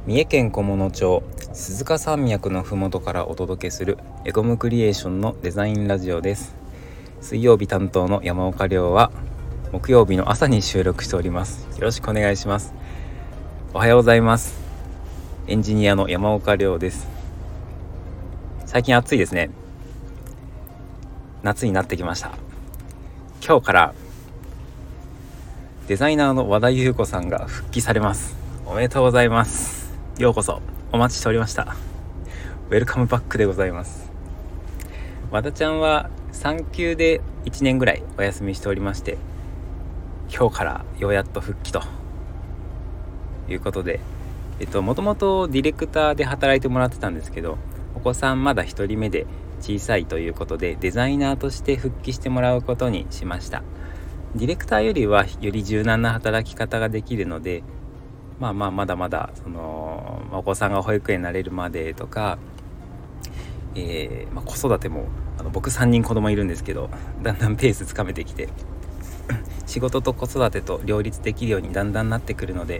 三重県菰野町鈴鹿山脈のふもとからお届けするエゴムクリエーションのデザインラジオです。水曜日担当の山岡亮は木曜日の朝に収録しております。よろしくお願いします。おはようございます。エンジニアの山岡亮です。最近暑いですね。夏になってきました。今日からデザイナーの和田優子さんが復帰されます。おめでとうございます。ようこそお待ちしておりました。ウェルカムバックでございます。和田ちゃんは産休で1年ぐらいお休みしておりまして、今日からようやっと復帰ということで、もともとディレクターで働いてもらってたんですけど、お子さんまだ1人目で小さいということでデザイナーとして復帰してもらうことにしました。ディレクターよりはより柔軟な働き方ができるので、まだまだお子さんが保育園になれるまでとか、子育ても僕3人子供いるんですけど、だんだんペースつかめてきて仕事と子育てと両立できるようにだんだんなってくるので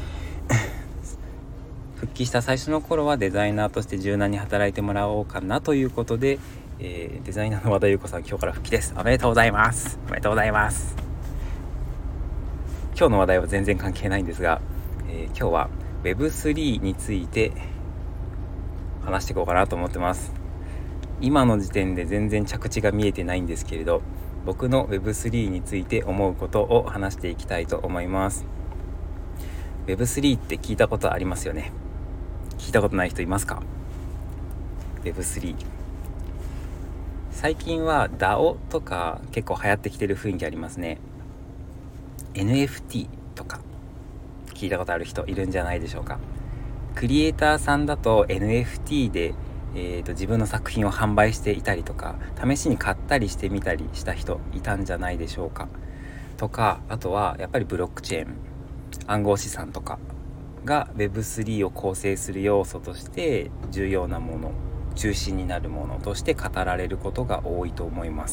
復帰した最初の頃はデザイナーとして柔軟に働いてもらおうかなということで、デザイナーの和田優子さん、今日から復帰です。おめでとうございます。おめでとうございます。今日の話題は全然関係ないんですが、今日は Web3 について話していこうかなと思ってます。今の時点で全然着地が見えてないんですけれど、僕の Web3 について思うことを話していきたいと思います。 Web3 って聞いたことありますよね。聞いたことない人いますか？ Web3、 最近は DAO とか結構流行ってきてる雰囲気ありますね。 NFT とか聞いたことある人いるんじゃないでしょうか。クリエイターさんだと NFT で、自分の作品を販売していたりとか、試しに買ったりしてみたりした人いたんじゃないでしょうか。とか、あとはやっぱりブロックチェーン、暗号資産とかが Web3 を構成する要素として重要なもの、中心になるものとして語られることが多いと思います。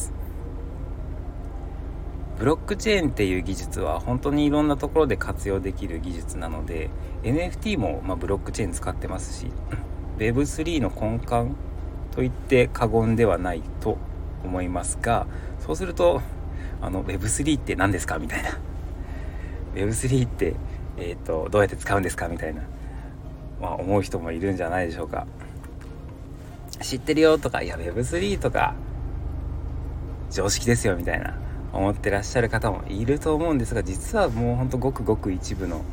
ブロックチェーンっていう技術は本当にいろんなところで活用できる技術なので、 NFT もブロックチェーン使ってますし、 Web3 の根幹と言って過言ではないと思いますが、そうするとWeb3 って何ですかみたいな、 Web3 って、どうやって使うんですかみたいな、思う人もいるんじゃないでしょうか。知ってるよとか、いや Web3 とか常識ですよみたいな思ってらっしゃる方もいると思うんですが、実はもうほんとごくごく一部の、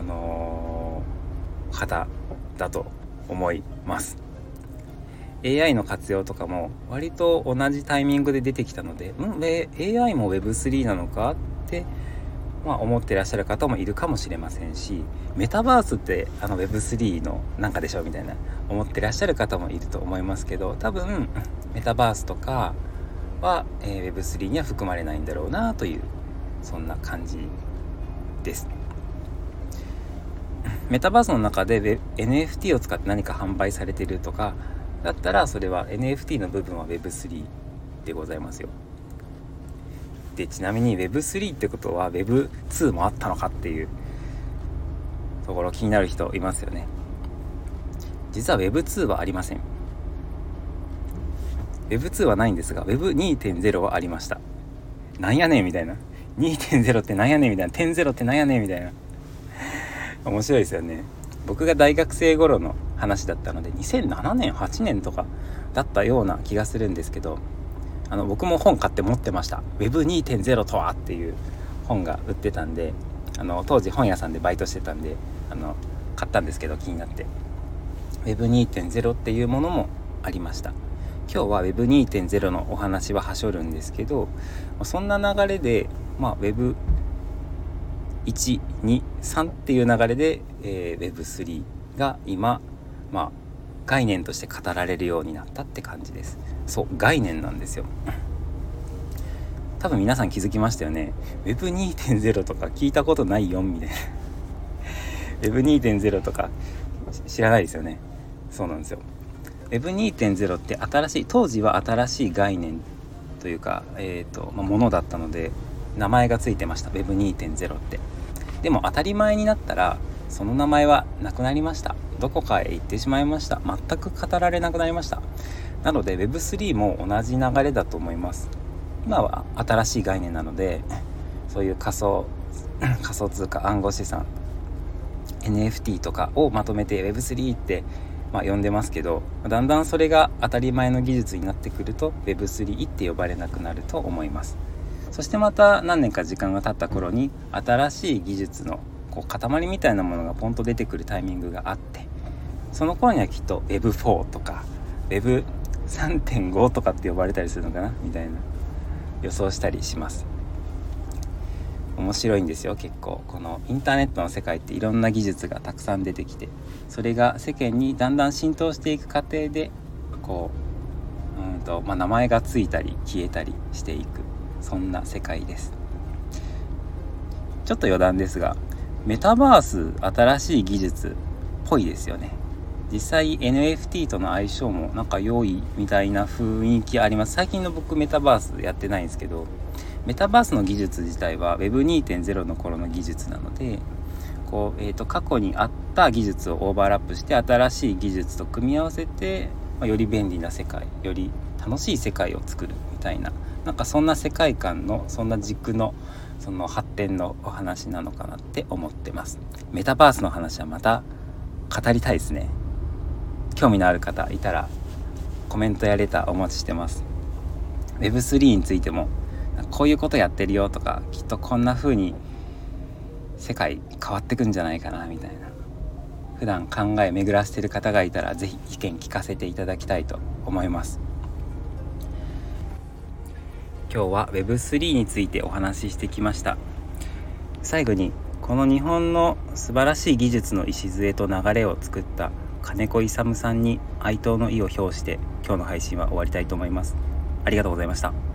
方だと思います。 AI の活用とかも割と同じタイミングで出てきたので、AI も Web3 なのかって思ってらっしゃる方もいるかもしれませんし、メタバースってWeb3 のなんかでしょみたいな思ってらっしゃる方もいると思いますけど、多分メタバースとかは、Web3 には含まれないんだろうなという、そんな感じです。メタバースの中で NFT を使って何か販売されているとかだったら、それは NFT の部分は Web3 でございますよ。で、ちなみに Web3 ってことは Web2 もあったのかっていうところ気になる人いますよね。実は Web2 はありません。Web2 はないんですが Web2.0 はありました。なんやねんみたいな、 2.0 ってなんやねんみたいな、点0ってなんやねんみたいな面白いですよね。僕が大学生頃の話だったので2007年8年とかだったような気がするんですけど、僕も本買って持ってました。 Web2.0 とはっていう本が売ってたんで、当時本屋さんでバイトしてたんで買ったんですけど、気になって Web2.0 っていうものもありました。今日は Web2.0 のお話ははしょるんですけど、そんな流れで、Web1、2、3っていう流れで、Web3 が今、概念として語られるようになったって感じです。そう、概念なんですよ。多分皆さん気づきましたよね。 Web2.0 とか聞いたことないよみたいなWeb2.0 とか知らないですよね。そうなんですよ。Web2.0 って当時は新しい概念というか、ものだったので名前がついてました。 Web2.0 って。でも当たり前になったらその名前はなくなりました。どこかへ行ってしまいました。全く語られなくなりました。なので Web3 も同じ流れだと思います。今は新しい概念なので、そういう仮想通貨、暗号資産、NFT とかをまとめて Web3 って呼んでますけど、だんだんそれが当たり前の技術になってくると Web3 って呼ばれなくなると思います。そしてまた何年か時間が経った頃に新しい技術の塊みたいなものがポンと出てくるタイミングがあって、その頃にはきっと Web4 とか Web3.5 とかって呼ばれたりするのかなみたいな予想したりします。面白いんですよ。結構このインターネットの世界っていろんな技術がたくさん出てきて、それが世間にだんだん浸透していく過程で名前がついたり消えたりしていく、そんな世界です。ちょっと余談ですが、メタバース新しい技術っぽいですよね。実際 NFT との相性もなんか良いみたいな雰囲気あります。最近の僕メタバースやってないんですけど、メタバースの技術自体は Web2.0 の頃の技術なので、過去にあった技術をオーバーラップして新しい技術と組み合わせて、より便利な世界、より楽しい世界を作るみたいな、なんかそんな世界観の、そんな軸のその発展のお話なのかなって思ってます。メタバースの話はまた語りたいですね。興味のある方いたらコメントやレターお待ちしてます。 Web3 についてもこういうことやってるよとか、きっとこんな風に世界変わってくんじゃないかなみたいな、普段考え巡らせてる方がいたらぜひ意見聞かせていただきたいと思います。今日は Web3 についてお話ししてきました。最後にこの日本の素晴らしい技術の礎と流れを作った金子勇さんに哀悼の意を表して今日の配信は終わりたいと思います。ありがとうございました。